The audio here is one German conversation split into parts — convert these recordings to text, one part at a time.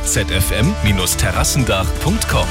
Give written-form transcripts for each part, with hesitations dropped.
zfm-terrassendach.com.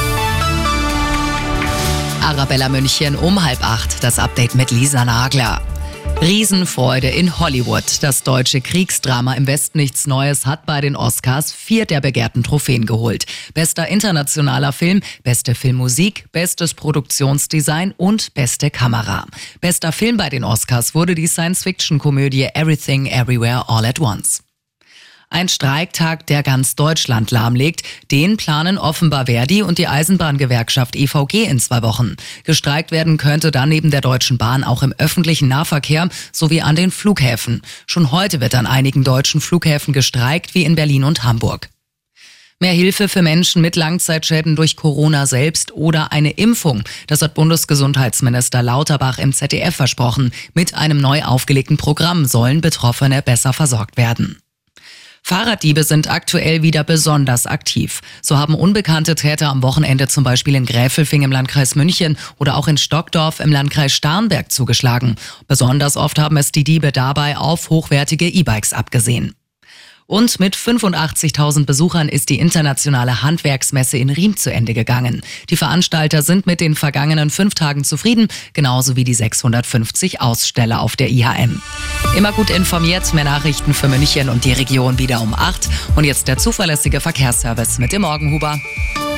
Arabella München um 7:30. Das Update mit Lisa Nagler. Riesenfreude in Hollywood. Das deutsche Kriegsdrama Im Westen nichts Neues hat bei den Oscars 4 der begehrten Trophäen geholt. Bester internationaler Film, beste Filmmusik, bestes Produktionsdesign und beste Kamera. Bester Film bei den Oscars wurde die Science-Fiction-Komödie Everything Everywhere All at Once. Ein Streiktag, der ganz Deutschland lahmlegt, den planen offenbar Verdi und die Eisenbahngewerkschaft EVG in 2 Wochen. Gestreikt werden könnte dann neben der Deutschen Bahn auch im öffentlichen Nahverkehr sowie an den Flughäfen. Schon heute wird an einigen deutschen Flughäfen gestreikt, wie in Berlin und Hamburg. Mehr Hilfe für Menschen mit Langzeitschäden durch Corona selbst oder eine Impfung. Das hat Bundesgesundheitsminister Lauterbach im ZDF versprochen. Mit einem neu aufgelegten Programm sollen Betroffene besser versorgt werden. Fahrraddiebe sind aktuell wieder besonders aktiv. So haben unbekannte Täter am Wochenende zum Beispiel in Gräfelfing im Landkreis München oder auch in Stockdorf im Landkreis Starnberg zugeschlagen. Besonders oft haben es die Diebe dabei auf hochwertige E-Bikes abgesehen. Und mit 85.000 Besuchern ist die internationale Handwerksmesse in Riem zu Ende gegangen. Die Veranstalter sind mit den vergangenen 5 Tagen zufrieden, genauso wie die 650 Aussteller auf der IHM. Immer gut informiert, mehr Nachrichten für München und die Region wieder um 8. Und jetzt der zuverlässige Verkehrsservice mit dem Morgenhuber.